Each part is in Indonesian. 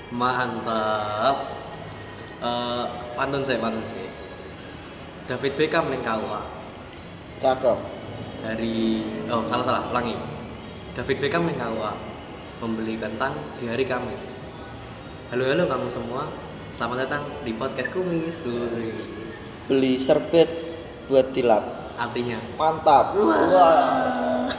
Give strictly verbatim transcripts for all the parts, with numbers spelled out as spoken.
Mantap. Eh, pantun saya, pantun sih. David Beckham neng K U A. Cakep. Dari oh salah salah ulangi. David Beckham neng K U A membeli kentang di hari Kamis. Halo halo kamu semua, selamat datang di podcast Kumis. Wih. Beli serbet buat dilap. Artinya Mantap. Wah.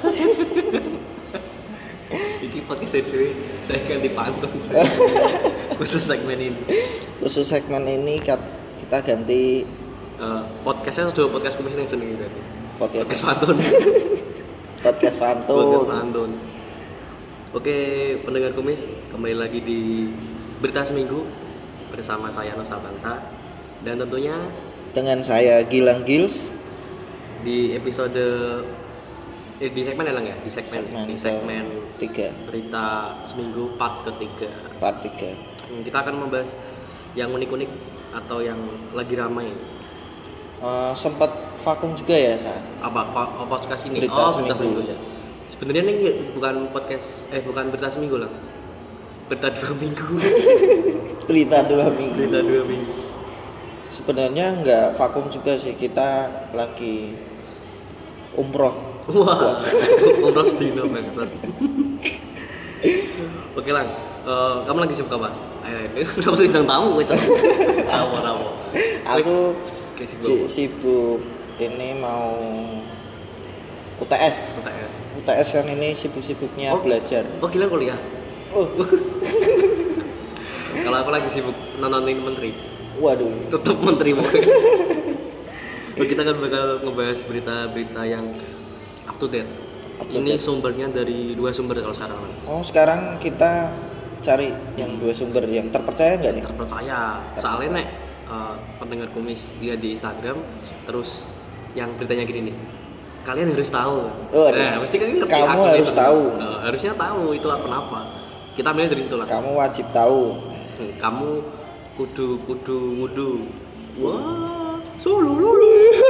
iki podcast saya saya ganti pantun khusus segmen ini. Khusus segmen ini kat- kita ganti Uh, podcastnya sudah podcast Kumis yang jenenge berarti. podcast Podcast pantun. podcast pantun. Podcast pantun. Oke, pendengar Kumis, kembali lagi di Berita Seminggu bersama saya Nusa Bangsa dan tentunya Dengan saya Gilang Gils di episode eh, di segmen elang ya, di segmen, segmen di segmen tiga Berita Seminggu part ketiga. part tiga. Kita akan membahas yang unik-unik atau yang lagi ramai. Uh, sempat vakum juga ya, Sa? Apa fa- apa podcast ini? Berita oh, Seminggu. Berita Seminggu ya. Sebenarnya ini bukan podcast eh bukan Berita Seminggu lah. Berita dua minggu. Berita dua minggu. Berita dua minggu. Sebenarnya nggak vakum juga sih, kita lagi umroh. Wah, umroh sedino bangsat. Oke lang, uh, kamu lagi sibuk apa? Ayo, ini udah mesti bintang tamu gue cok. Tamu, tamu. Aku Oke, sibuk. si- sibuk ini mau U T S. U T S. U T S kan ini sibuk-sibuknya Oh. belajar. Oh gila kuliah. Oh, Kalau aku lagi sibuk nontonin menteri, waduh. tetap menteri mau. Kita kan bakal ngebahas berita-berita yang up to date. Up to Ini date. sumbernya dari dua sumber kalau sekarang. Oh, sekarang kita cari yang dua sumber yang terpercaya nggak nih? Terpercaya. Soalnya nek uh, pendengar Kumis lihat di Instagram, terus yang beritanya gini nih. Kalian harus tahu. Oh, nah, mesti kan ngerti kamu akunnya harus itu. tahu. Nah, harusnya tahu itu kenapa. Kita mulai dari situ lah. Kamu wajib tahu. Hmm, Kamu kudu kudu wudu. Wah, solo lulu.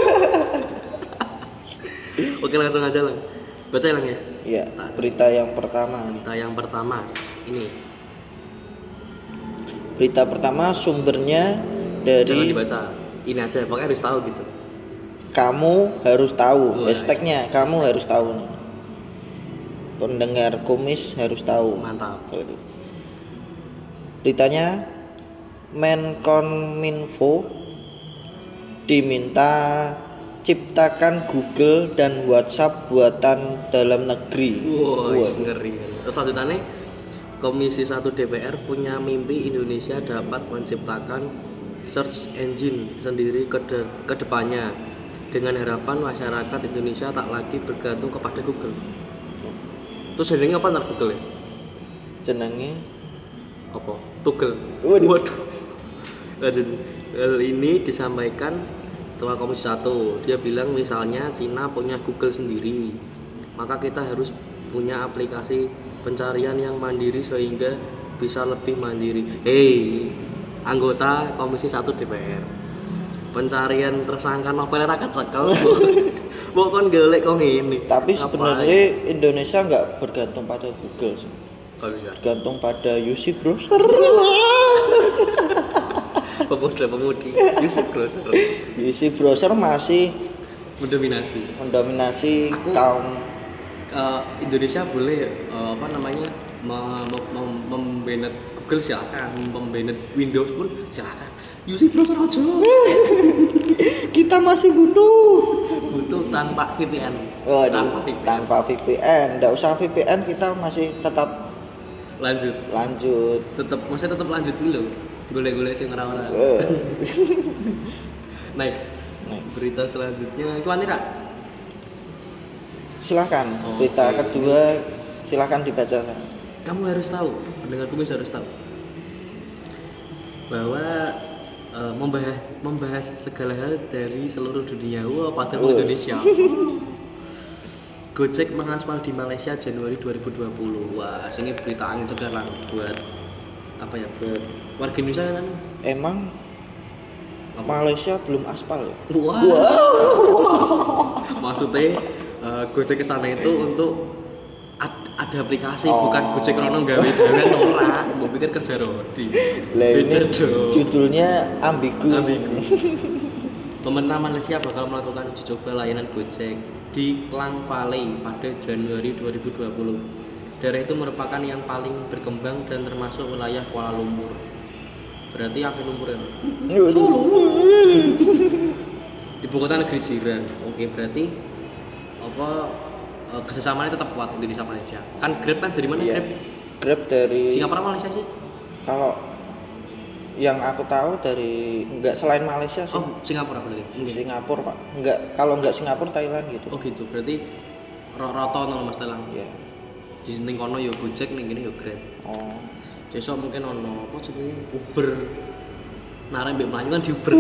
Oke, langsung aja lah. Baca lang ya. Iya, berita yang pertama nih. Berita yang pertama ini. Berita pertama sumbernya Jangan dari dibaca. Ini aja, pokoknya harus tahu gitu. kamu harus tahu. Wah, Hashtagnya kamu harus tahu nih. Pendengar Kumis harus tahu. Mantap. Waduh. Beritanya Menkominfo diminta ciptakan Google dan WhatsApp buatan dalam negeri. Wow, Waduh. ngeri. Terus selanjutnya Komisi satu D P R punya mimpi Indonesia dapat menciptakan search engine sendiri ke, de- ke depannya dengan harapan masyarakat Indonesia tak lagi bergantung kepada Google. Terus jadinya apa ntar Google ya? Jenenge Apa? Google. Waduh. Waduh. Lanjut. Hal ini disampaikan Ketua Komisi satu. Dia bilang misalnya Cina punya Google sendiri, maka kita harus punya aplikasi pencarian yang mandiri sehingga bisa lebih mandiri. Hei, anggota Komisi satu D P R. Pencarian tersangka novel rakyat cekel. Mbok kon golek kok ngene. tapi Ngapain? sebenarnya Indonesia nggak bergantung pada Google sih. Kalau bisa. Bergantung pada U C browser. Pemuda-pemudi Yusuf Browser U C browser masih mendominasi. mendominasi Aku- kaum Uh, Indonesia boleh uh, apa namanya mem- mem- membanet Google silakan, membanet Windows pun silakan. Use browser aja. kita masih butuh. Butuh tanpa V P N. Waduh, Tanpa V P N. tanpa V P N, nggak usah V P N, kita masih tetap Lanjut. lanjut. Tetap masih tetap lanjut dulu. Golek-golek sing ora-ora. Eh, Next. Next. Berita selanjutnya itu Anira. Silahkan. Oke. Berita kedua silahkan dibaca. Kamu harus tahu, pendengar Kumis harus tahu bahwa uh, membahas membahas segala hal dari seluruh dunia. Wah, padahal Oh. Indonesia. Gojek mengaspal di Malaysia Januari dua ribu dua puluh. Wah, ini berita angin segar lah buat apa ya? Buat warga Indonesia kan. Emang Apa? Malaysia belum aspal ya? Wah. Maksudnya uh, Gojek ke sana itu untuk Ad- ada aplikasi Oh. bukan Gojek Rono gawe dalan ora, mbok pikir kerja Rodi. Lah ini Beda dong. judulnya ambigu. Ambigu. Pemerintah Malaysia bakal melakukan uji coba layanan Gojek di Klang Valley pada Januari dua ribu dua puluh. Daerah itu merupakan yang paling berkembang dan termasuk wilayah Kuala Lumpur. Berarti apa Lumpur ya? Ibu kota negeri jiran. Oke, berarti apa eh, kerjasamanya tetap kuat Indonesia Malaysia. Kan Grab kan dari mana Iya. Grab? Grab dari Singapura Malaysia sih? kalau yang aku tahu dari enggak selain Malaysia sih. Oh, Singapura berarti. Mungkin. Singapura, Pak. Enggak, kalau enggak Singapura Thailand gitu. Oh gitu. Berarti rata no Mas Telang. Iya. Di sini kono yo Gojek ning kene yo Grab. Oh. Besok mungkin ono apa jenenge Uber. Narek mbek Melayu kan di Uber.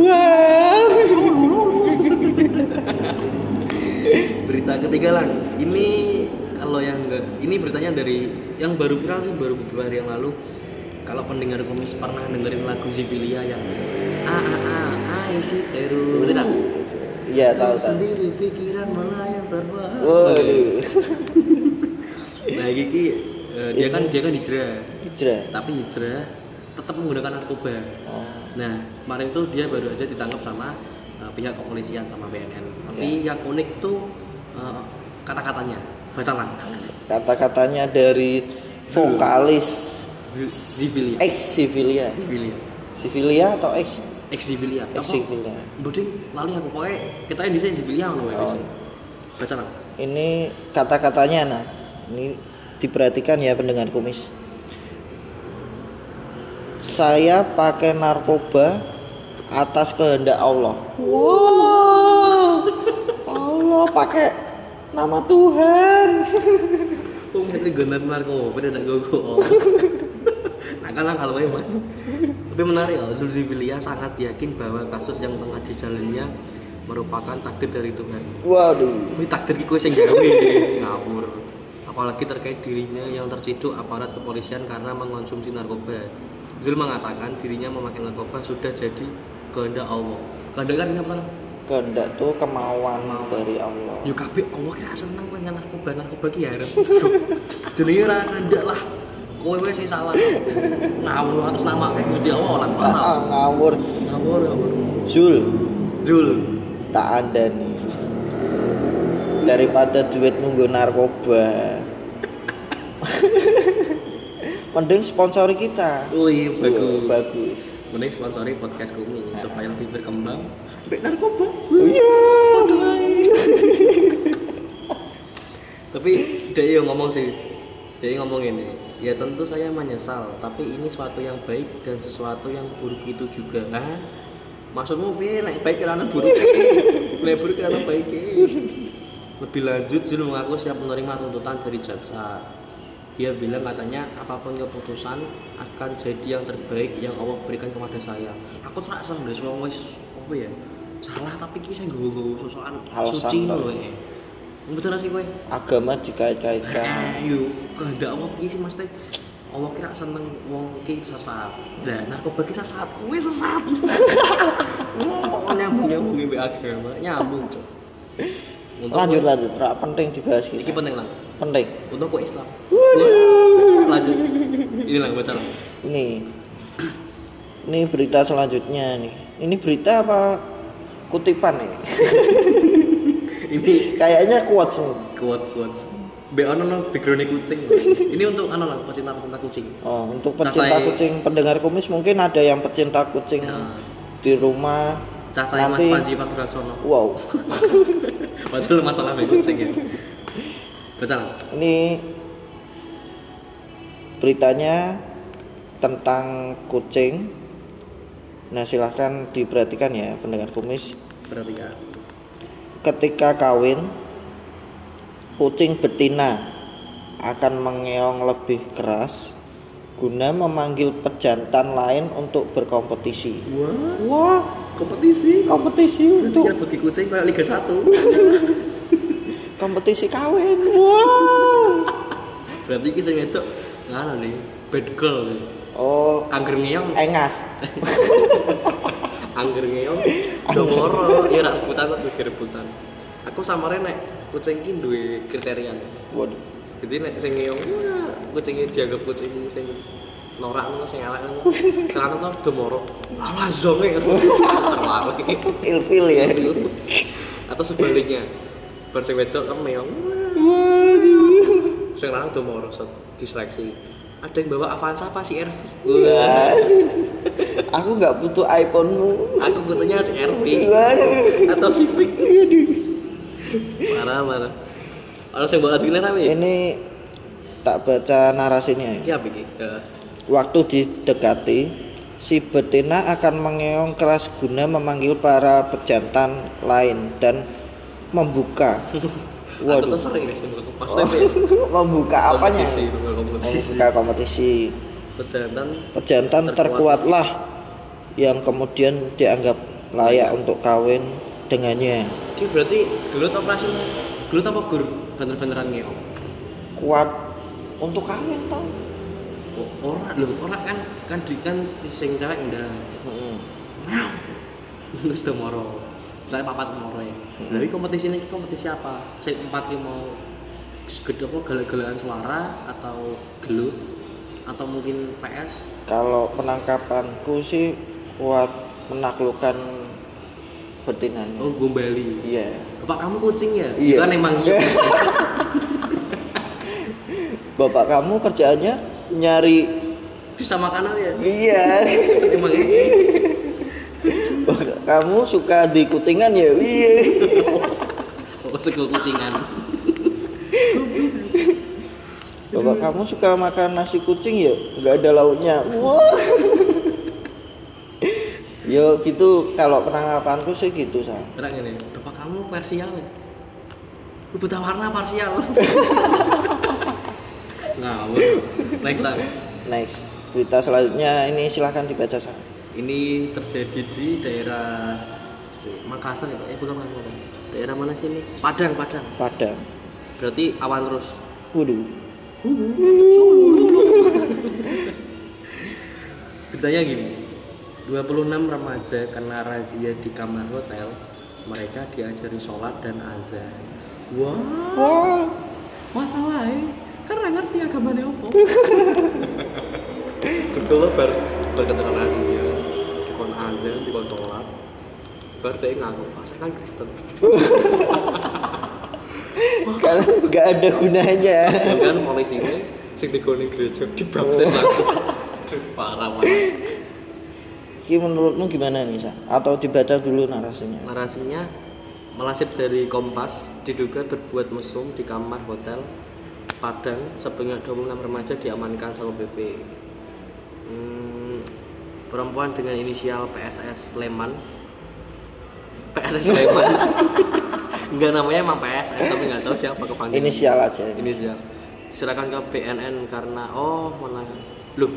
Berita ketiga lang. Ini kalau yang enggak, ini beritanya dari yang baru viral sih baru beberapa hari yang lalu. Kalau pendengar komis pernah dengerin lagu Zivilia yang a a a a isi teru, tidak? Iya, tahu tahu. Sendiri pikiran melayang terbang. Waduh. Nah, iki uh, dia kan dia kan hijrah. Hijrah. Tapi hijrah tetap menggunakan narkoba. Oh. Nah, kemarin tuh dia baru aja ditangkap sama uh, pihak kepolisian sama B N N. Tapi Ya. yang unik tuh uh, kata-katanya. Baca lang. Kata-katanya dari vokalis Zivilia. ex Civilia. Zivilia. Civilia atau ex Ex Zivilia. ex Civilia. Boding lali aku pokoknya kita ini saya Zivilia ngono Oh. wis. Baca lang. Ini kata-katanya nah. Ini diperhatikan ya pendengar kumis. Saya pakai narkoba atas kehendak Allah. Wow. Allah pakai nama Tuhan. Oh, mereka gonar narkoba, beda tak gogo. Nah, kan kalau ya mas. Tapi menarik loh, Zulzivilia sangat yakin bahwa kasus yang tengah dijalannya merupakan takdir dari Tuhan. Waduh. Ini takdir gue sing gawe ngawur. Apalagi terkait dirinya yang terciduk aparat kepolisian karena mengonsumsi narkoba. Zul mengatakan dirinya memakai narkoba sudah jadi kehendak Allah. Kehendak kan ini apa? Kehendak tuh kemauan dari Allah. Yo kabeh Allah kira seneng kowe narkoba, narkoba ki ya arep. Jenenge ra kandak lah. Kowe wis sing salah. Ngawur atas nama Gusti Allah lan Ah, ah, ngawur. Ngawur, ngawur. Zul, Zul. tak ada nih. Daripada duit nunggu narkoba. Mending sponsori kita. Wih, bagus. Oh, bagus. Mending sponsori podcast kami supaya lebih berkembang. Mbek narkoba. Iya. Tapi dia yang ngomong sih. Dia ngomong ini. Ya tentu saya menyesal, tapi ini suatu yang baik dan sesuatu yang buruk itu juga. Nah, maksudmu piye nek baik karena buruk? Nek buruk karena baik. Lebih lanjut Zul mengaku siap menerima tuntutan dari jaksa. Dia bilang katanya apapun keputusan akan jadi yang terbaik yang Allah berikan kepada saya. Aku tuh rasa sebenarnya semua wis apa ya? Salah tapi ki sing nggowo sosokan suci lho eh. Betul sih kowe. Agama dikait-kaitkan. Ayo, kehendak Allah iki sih Mas Teh. Allah kira seneng wong ki sesat. Nah, narkoba ki sesat. Kowe sesat. Oh, nyambung-nyambung mbek agama, nyambung, Cuk. Lanjut lanjut, ra penting dibahas Iki kita. penting lah. Penting. Untuk kok Islam. Lanjut. Ini lah baca lah. Ini. Ini berita selanjutnya nih. Ini berita apa kutipan nih? Ini Kayaknya quotes nih. kuat-kuat. Be ono no background kucing. Ini untuk anu lah pecinta-pecinta kucing. Oh, untuk pecinta Cacai- kucing pendengar kumis mungkin ada yang pecinta kucing Ya. di rumah. Cacai Mas Nanti Panji Pakurasono. wow. Padahal masalah be kucing ya. Baca lah. Ini beritanya tentang kucing. Nah, silahkan diperhatikan ya pendengar kumis. Berarti ya. Ketika kawin, kucing betina akan mengeong lebih keras guna memanggil pejantan lain untuk berkompetisi. Wah, Wah, kompetisi. kompetisi Untuk untuk bagi kucing kayak Liga satu. kompetisi kawin. Wow. Berarti iki sing wedok ngono nih, bad girl. Oh, Angger ngeong, engas. angger ngeong. Domoro, ya ra rebutan tapi rebutan. Aku samare nek kucing ki duwe kriteria. Waduh. Jadi nek sing ngeyong wah, kucinge dianggap kucing sing norak ngono sing elek ngono. Sekarang tuh udah moro. Alah zonge terlalu iki. Ilfil ya. Atau sebaliknya. Bar sing wedok kan meong. Waduh. Sing lanang udah moro diseleksi. Ada yang bawa Avanza apa si R V? Wah. Aku nggak butuh iPhone-mu. Aku butuhnya si R V. Waduh. Atau Civic. Marah marah. Orang yang bawa bilang apa ya? Ini tak baca narasinya Iya ya. begini. Waktu didekati, si betina akan mengeong keras guna memanggil para pejantan lain dan membuka. Waduh. Aku tuh sering nih pas oh. Membuka apanya? Kompetisi, kompetisi. Membuka kompetisi. Pejantan. Pejantan terkuatlah yang kemudian dianggap layak untuk kawin dengannya. Ini berarti gelut operasi gelut apa gur bener-beneran ngeong? Kuat untuk kawin tau. Oh, ora lho, ora kan kan di kan sing cewek ndak. Heeh. Terus udah moro. Saya papat moro ya. Jadi kompetisi ini kompetisi apa? Sing empat ki mau gede apa galak-galakan suara atau gelut atau mungkin P S? Kalau penangkapanku sih kuat menaklukkan betinanya. Oh, gombali. Iya. Bapak kamu kucing ya? Iya. Kan emang iya. Bapak kamu kerjaannya nyari Bisa makanan ya? iya. Emang iya. Bapak kamu suka di kucingan ya? Iya. Oh, segel kucingan. Bapak kamu suka makan nasi kucing ya? Nggak ada lauknya. Wah. Yo gitu kalau penangkapanku sih gitu sah. Terang ini, bapak kamu parsial ya? Buta warna parsial. Ngawur. Next time. Next, berita selanjutnya ini silahkan dibaca sah. Ini terjadi di daerah Makassar ya, eh bukan Makassar. Daerah mana sih ini? Padang, Padang. Padang. Berarti awan terus. Waduh. Beritanya gini. dua puluh enam remaja kena razia di kamar hotel. Mereka diajari sholat dan azan. Wah. Wah. Masalahnya karena ngerti agamanya apa. Sebetulnya bar berkata razia dikon azan, dikon sholat. Bar dia ngaku, saya kan Kristen. Karena nggak ada gunanya. Kan polisinya sing digone gereja dibaptis langsung. Aduh, parah banget. Ki menurutmu gimana nih Sa? Atau dibaca dulu narasinya? Narasinya melansir dari Kompas, diduga berbuat mesum di kamar hotel Padang sebanyak dua puluh enam remaja diamankan Satpol P P. Hmm, perempuan dengan inisial P S S Sleman. P S S Sleman. Enggak namanya emang P S S tapi enggak tahu siapa kepanggil. Inisial aja. Inisial. Diserahkan ke B N N karena oh mana loh.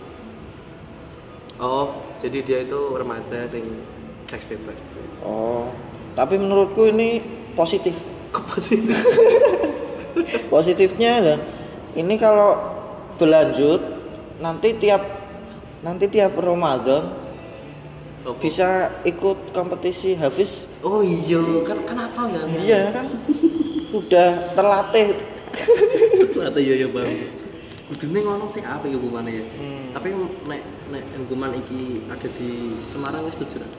Oh, jadi dia itu remaja sing seks bebas. Oh, tapi menurutku ini positif. Positif. Positifnya lah, ini kalau berlanjut nanti tiap nanti tiap Ramadan Oh, bisa ikut kompetisi Hafiz. oh iya, kan kenapa enggak? Iya kan, udah terlatih. Ternyata iya ya bang. Kudune ngono sih apa ya hukumannya ya. Hmm. Tapi nek nek hukuman iki ada di Semarang wis setuju ra?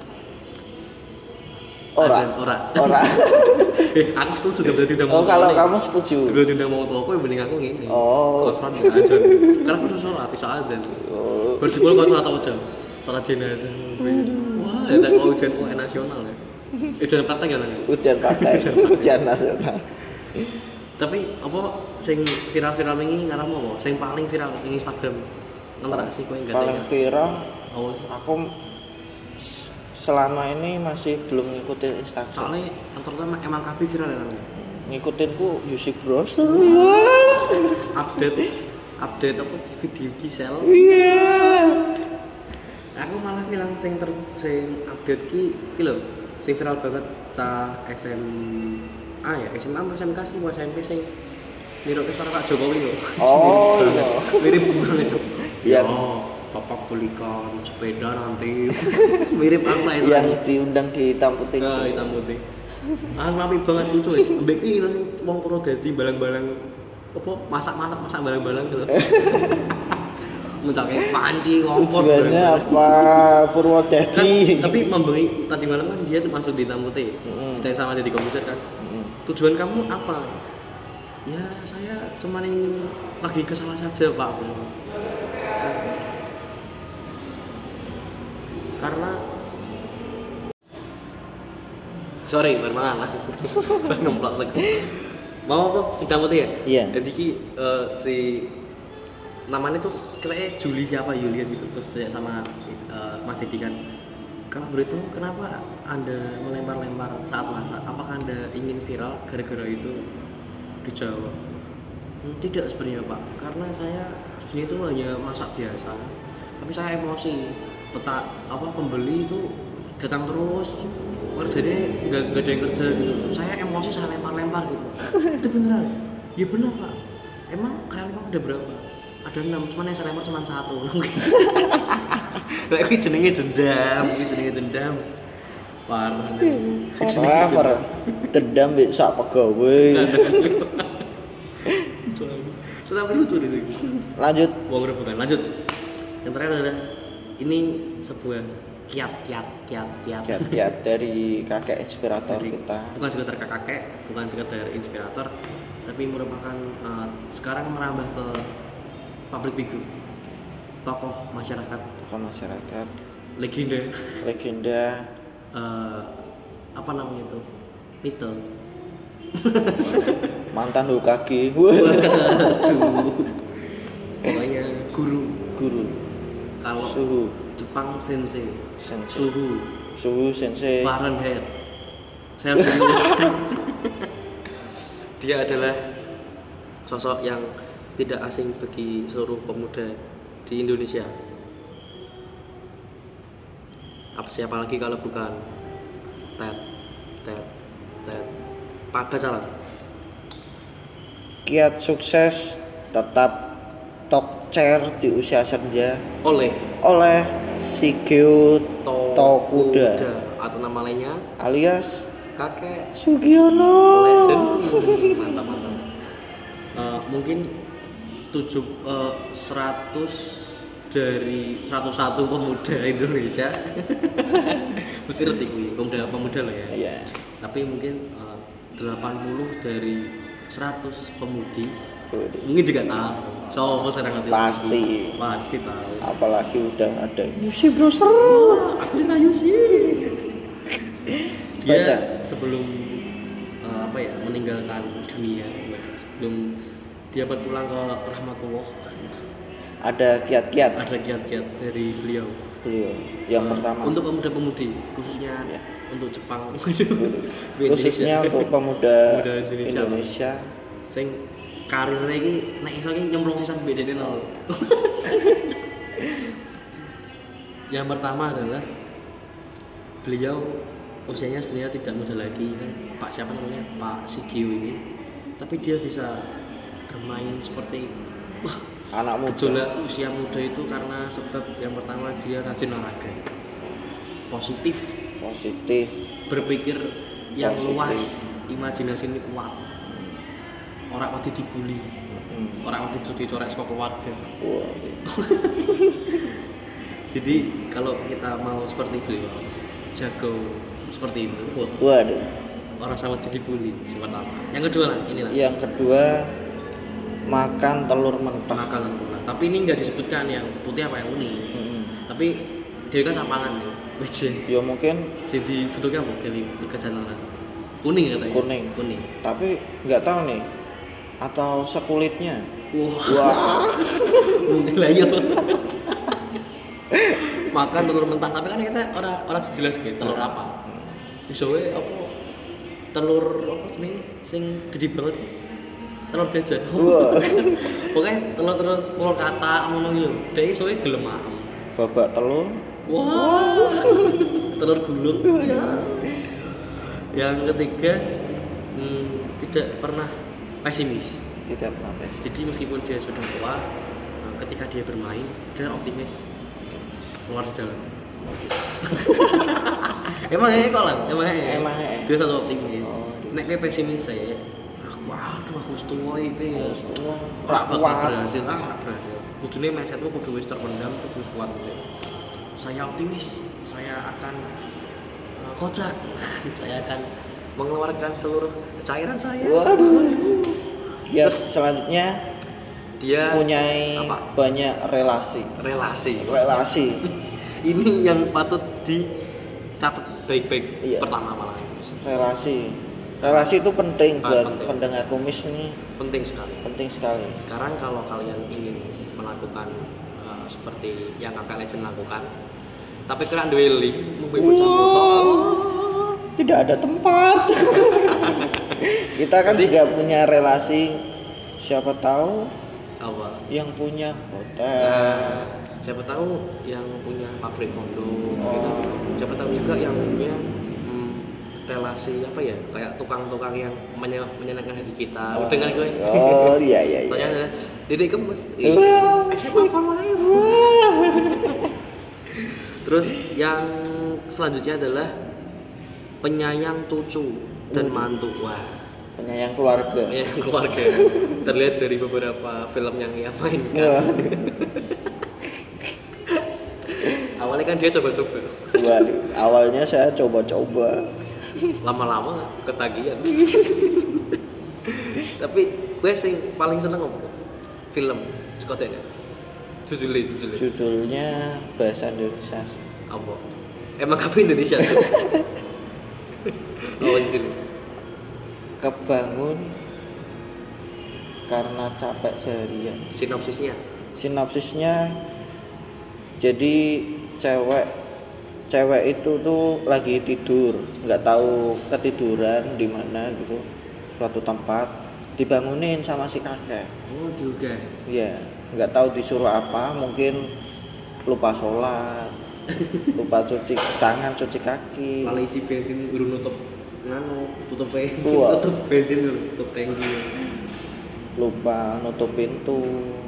Ora. Ada, ora. Ora. Eh, aku setuju gak berarti udah mau. Oh, kalau kamu setuju. Berarti udah mau apa ya mending aku ngene. Oh. Kontran aja. Karena aku tuh sholat bisa aja. Oh. Bersibul kok sholat atau jam. Sholat jenazah. Wah, ya tak mau ujian U N nasional ya. Eh, ujian praktek ya nanti. Ujian praktek, ujian nasional. Tapi apa sing viral-viral ini ngarang apa? Sing paling viral di Instagram. Antara sih kowe enggak Paling viral Oh, aku s- selama ini masih belum ngikutin Instagram. soalnya terutama emang kabeh viral ya nanti. Ngikutin Yusuf Bros. Update update apa video Gisel. Iya. Aku malah bilang sing ter sing update ki ki lho, sing viral banget cah S M A ya, S M A S M K sih, S M P sing niruke suara Pak Jokowi lho. Oh, iya. Mirip banget itu. Yang- Ya, Bapak belikan sepeda nanti. Mirip apa itu? Yang diundang di hitam putih. Nah, itu. hitam putih. Ah, apik banget lucu wis. Mbek iki lho sing wong Purwodadi balang-balang apa masak-masak masak barang-barang gitu. Minta kayak panci ngompor. Tujuannya apa? Purwodadi. Kan, tapi membeli tadi malam kan dia masuk di tamu teh. Mm-hmm. Ditanya sama dia di komputer kan. Mm-hmm. Tujuan kamu apa? Ya saya cuma ingin lagi ke sana saja Pak. Karena sorry bermangan lah. Ngemplak sego. Mau apa? Di tamu teh ya? Iya. Jadi ki uh, si namanya tuh kayaknya Juli siapa Yulian gitu terus tanya sama uh, Mas Didi kan kalau begitu kenapa Anda melempar-lempar saat masak apakah Anda ingin viral gara-gara itu dijawab hm, tidak sebenarnya Pak karena saya sebenarnya itu hanya masak biasa tapi saya emosi peta apa pembeli itu datang terus kerjanya nggak nggak ada yang kerja gitu saya emosi saya lempar-lempar gitu itu beneran ya benar Pak emang kalian udah berapa ada enam, cuman yang saya lempar cuma satu. Nah, ini jenenge dendam, ini jenenge dendam. Parah. Parah, parah. Dendam bisa pegawai. Sudah lucu itu. Lanjut. Wong rebutan. Lanjut. Yang terakhir adalah ini sebuah kiat kiat kiat kiat kiat-kiat dari kakek inspirator dari, kita. Bukan sekedar kakek, bukan sekedar inspirator, tapi merupakan uh, sekarang merambah ke public figure, tokoh masyarakat, tokoh masyarakat, legenda, legenda, uh, apa namanya itu, Mito, mantan Hokage, pokoknya guru, guru, kalau suhu, Jepang sensei, sensei, suhu, suhu sensei, Fahrenheit, Celsius, dia adalah sosok yang tidak asing bagi seluruh pemuda di Indonesia. Apa siapa lagi kalau bukan Ted, Ted, Ted. Pak Bacalan. Kiat sukses tetap top chair di usia senja oleh oleh Shigeo Tokuda atau nama lainnya alias Kakek Sugiono. Legend. Mantap mantap. Uh, mungkin tujuh uh, seratus dari seratus satu pemuda Indonesia mesti ngerti gue pemuda pemuda loh ya. Yeah. Tapi mungkin uh, delapan puluh dari seratus pemudi uh. mungkin juga tahu. So, sedang ngerti pasti pasti tahu. Apalagi udah ada Yusi Browser. Aku Yusi. Dia Baca. sebelum uh, apa ya meninggalkan dunia sebelum dia berpulang ke rahmatullah ada kiat-kiat ada kiat-kiat dari beliau beliau yang uh, pertama untuk pemuda-pemudi khususnya ya. Untuk Jepang khususnya untuk pemuda, pemuda Indonesia, Indonesia. Sing karirnya ini nek iso iki nyemplung sisan bedene nol. Yang pertama adalah beliau usianya sebenarnya tidak muda lagi kan Pak siapa namanya Pak Shigeo ini tapi dia bisa bermain seperti wah anak muda gejolak usia muda itu karena sebab yang pertama dia rajin olahraga positif positif berpikir yang positif. Luas imajinasi ini kuat orang waktu dibully hmm. orang waktu dicorek sama keluarga wow. Jadi kalau kita mau seperti beliau jago seperti itu waduh orang sama dibully seperti apa yang kedua lah inilah yang kedua makan telur mentah. Makan telur mentah. Tapi ini nggak disebutkan yang putih apa yang kuning. Mm-hmm. Tapi dia kan campangan nih. Ya mungkin. Jadi bentuknya apa? Jadi kejantanan. Kuning katanya. Kuning. Kuning. Tapi nggak tahu nih. Atau sekulitnya. Wah. Wah. Mungkin lah ya. Makan telur mentah. Tapi kan kita orang orang jelas gitu. Telur apa? Misalnya apa? Telur apa sih? Sing gede banget. Telur gajah. Wah. Pokoknya telur terus telur kata ngomong gitu. Dek soalnya gelem am. Babak telur. Wah. Telur gulung. Yang ketiga hmm, tidak pernah pesimis. Tidak pernah pesimis. Jadi meskipun dia sudah tua, ketika dia bermain dia optimis. Keluar di jalan. Emang ya kok lah, emang ya. Emang ya. Dia selalu optimis. Oh. Nek kayak pesimis saya waduh aku wis tuwa iki ya. Wis tuwa. Ora Ora kuat kuat. berhasil, ah ora berhasil. Kudune mindsetmu kudu wis terpendam, kudu wis kuat gitu. Saya optimis, saya akan uh, kocak. Saya akan mengeluarkan seluruh cairan saya. Waduh. Ya selanjutnya Dia punya apa? banyak relasi. Relasi. Relasi. Ini yang patut dicatat baik-baik. Iya. Pertama malah. Relasi. Relasi itu penting Ah, buat penting. pendengar kumis nih, Penting sekali. penting sekali. Sekarang kalau kalian ingin melakukan uh, seperti yang Kakak Legend lakukan, tapi kalian duwe link, mungkin bocah motor. Tidak ada tempat. Kita kan Berarti- juga punya relasi, siapa tahu Apa? yang punya hotel. Nah, siapa tahu yang punya pabrik kondom, Oh. gitu. Siapa tahu juga yang punya hmm, relasi apa ya, kayak tukang-tukang yang menye- menyenangkan hati kita. Oh. Udah kan gue? Oh iya iya iya. Soalnya adalah Dede Gemes. Wah. S M A for life. Terus yang selanjutnya adalah penyayang cucu dan Waduh. mantu. Wah, Penyayang keluarga. penyayang keluarga. Terlihat dari beberapa film yang ia mainkan. Waduh. Awalnya kan dia coba-coba. Waduh. Awalnya saya coba-coba. Lama-lama ketagihan. Tapi gue sing paling seneng apa? Film Skotnya. Judulnya, judulnya. Judulnya bahasa Indonesia sih. Apa? Emang apa Indonesia? Oh, judul. Kebangun karena capek seharian. Sinopsisnya. Sinopsisnya jadi cewek cewek itu tuh lagi tidur, nggak tahu ketiduran di mana gitu, suatu tempat dibangunin sama si kakek. Oh, juga. Iya, nggak tahu disuruh apa, mungkin lupa sholat, lupa cuci tangan, cuci kaki. Malah isi bensin guru nutup nganu, tutup pe- Wah. tutup bensin guru, tutup tangki. Lupa nutup pintu.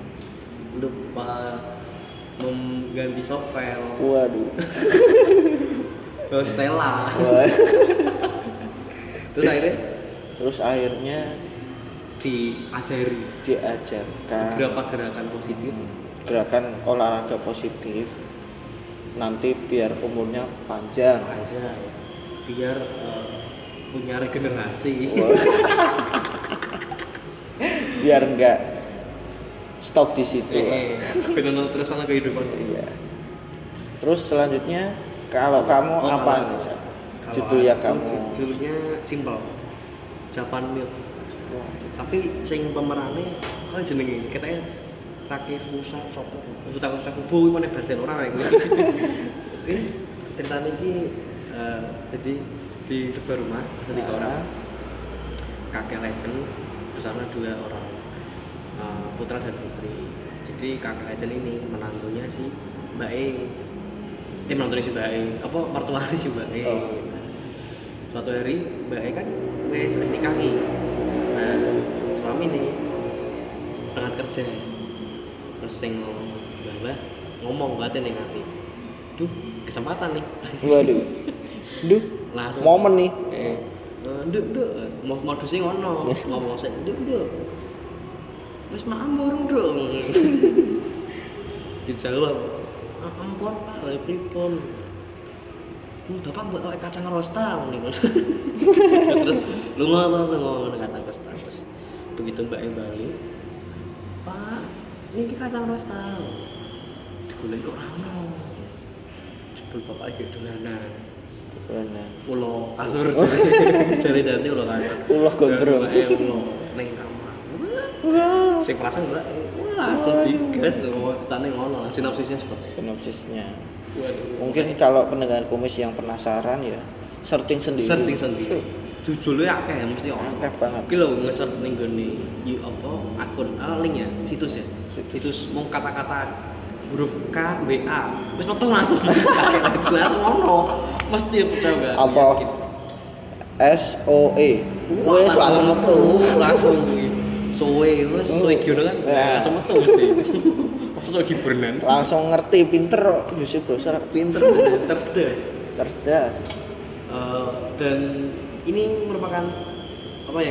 Lupa mengganti sovel. Waduh. Oh, Stella. Wah. Terus akhirnya Terus akhirnya diajari diajarkan beberapa gerakan positif. gerakan olahraga positif nanti biar umurnya panjang. Aja biar eh, punya regenerasi. Wah. Biar enggak stop di situ. Eh, benar terus sama kehidupan. Iya. Terus selanjutnya kalau kamu Oh, apa kalau- nih, Sa? Kalau Judul yang aku kamu judulnya simple. Japan Milk. Wah, Tapi sing pemerane kok jenenge katanya Takefusa sapa? Takefusa Kubo iki meneh Barcelona ora iku. Ini ceritanya iki eh, jadi di sebuah rumah ketika Ah. orang kakek legend bersama dua orang eh, putra dan putri. Jadi kakek legend ini menantunya si Mbak E. Eh menantunya si Mbak E. Apa mertuanya si Mbak E. Oh. Suatu hari Mbak E kan wis wis nikahi. Nah, suami nih berangkat kerja. Terus sing mbah ngomong batin ning ati. Duh, kesempatan nih. waduh. Duh, Langsung momen nih. Eh, eh, nduk nduk, mau modusnya ngono, ngomong sik nduk nduk. Wis maambur nduk. Dijawab, "Ah, ampun Pak, lha pripun?" Hmm, Bapak buat awake kacang rosta nih. Terus lunga to lunga kacang rosta. Terus begitu Mbak E balik, "Pak, ini kacang rosta." Digoleki kok ora ono. Jebul bapak iki dolanan. Benar. Ulo kasur jare dadi ulo kasur. Ulo gondrong. Mbak E ulo ning kamar. Wah. Sing perasaan Mbak E, wah langsung digas lho ditane ngono. Sinopsisnya seperti itu. Sinopsisnya. Waduh. Mungkin kalau pendengar kumis yang penasaran ya searching sendiri. Searching sendiri. Judulnya akeh mesti ono. Akeh banget. Iki lho nge-search ning gone y apa akun ah, link ya, situs ya. Situs. Situs mau kata-kata huruf K B A. Wis metu langsung kakek jelas ono. Mesti percaya. Apa? S O E. Wes langsung metu. Langsung sowe wis sowe gyono kan. Ya. Langsung metu mesti. Maksudnya hiburan. Langsung ngerti pinter Yusuf Browser. Pinter, cerdas. Cerdas. Eh, dan ini merupakan apa ya ya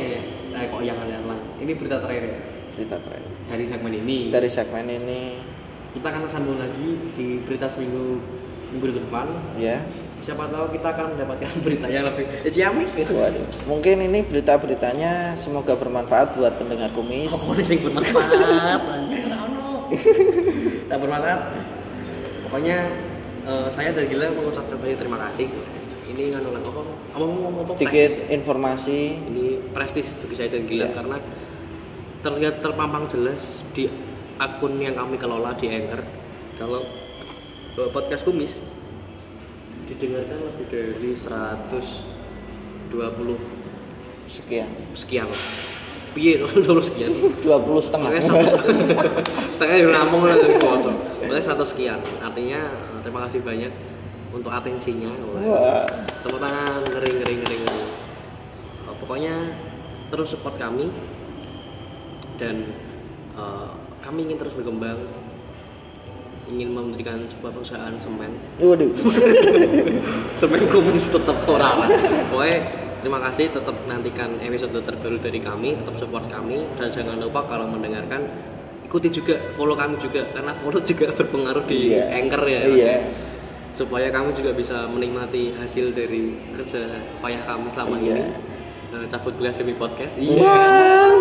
eh kok yang aneh-aneh. Ini berita terakhir ya. Berita terakhir. Dari segmen ini. Dari segmen ini Kita akan sambung lagi di berita seminggu minggu ke depan. ya. Siapa tahu kita akan mendapatkan berita yang lebih ciamik gitu. Waduh. Mungkin ini berita-beritanya semoga bermanfaat buat pendengar kumis. Oh, ini sing bermanfaat. Anjir, ono. Tak bermanfaat. Pokoknya eh, saya dari Gilang mengucapkan banyak terima kasih. Ini kan apa apa apa ngomong Sedikit informasi. Ini prestis bagi saya dan Gilang Ya. karena terlihat terpampang jelas di akun yang kami kelola di Anchor. Kalau eh, podcast kumis didengarkan lebih dari seratus dua puluh Sekian. sekian. Piye dua puluh sekian? dua puluh setengah. Makanya satu, setengah yang nampung lah dari bocor. Makanya satu sekian. Artinya eh, terima kasih banyak untuk atensinya. Wah. Tepuk tangan, ngeri ngeri ngeri ngeri. Eh, pokoknya terus support kami dan eh, kami ingin terus berkembang, ingin memberikan sebuah perusahaan semen. Waduh. Semen kumis tetap orang. Pokoknya terima kasih, tetap nantikan episode terbaru dari kami, tetap support kami dan jangan lupa kalau mendengarkan ikuti juga, follow kami juga karena follow juga berpengaruh di Iya. Anchor ya. Iya. Supaya kami juga bisa menikmati hasil dari kerja payah kami selama Iya. ini. Nah, cabut kuliah demi podcast. Wah.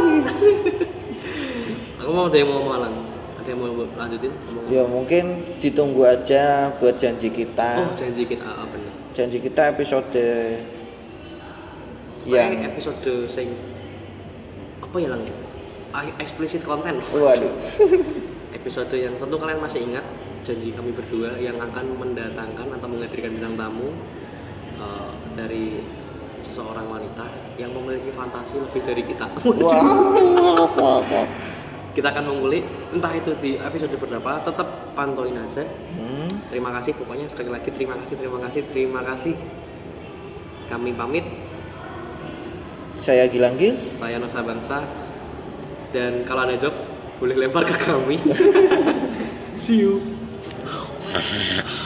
Aku mau ada yang mau malang. Ada yang mau lanjutin? Ngomong. Ya mungkin ditunggu aja buat janji kita. Oh, janji kita ah, bener. Janji kita episode Yang yang episode sing apa ya lang? Ah, explicit content. waduh. Episode yang tentu kalian masih ingat, janji kami berdua yang akan mendatangkan atau menghadirkan bintang tamu uh, dari seseorang wanita yang memiliki fantasi lebih dari kita. Wah. Wah. Wah. Kita akan mengulik entah itu di episode berapa, tetap pantauin aja. Hmm. Terima kasih pokoknya sekali lagi terima kasih terima kasih terima kasih. Kami pamit. Saya Gilang Gils. Saya Nusa Bangsa. Dan kalau ada job boleh lempar ke kami. See you.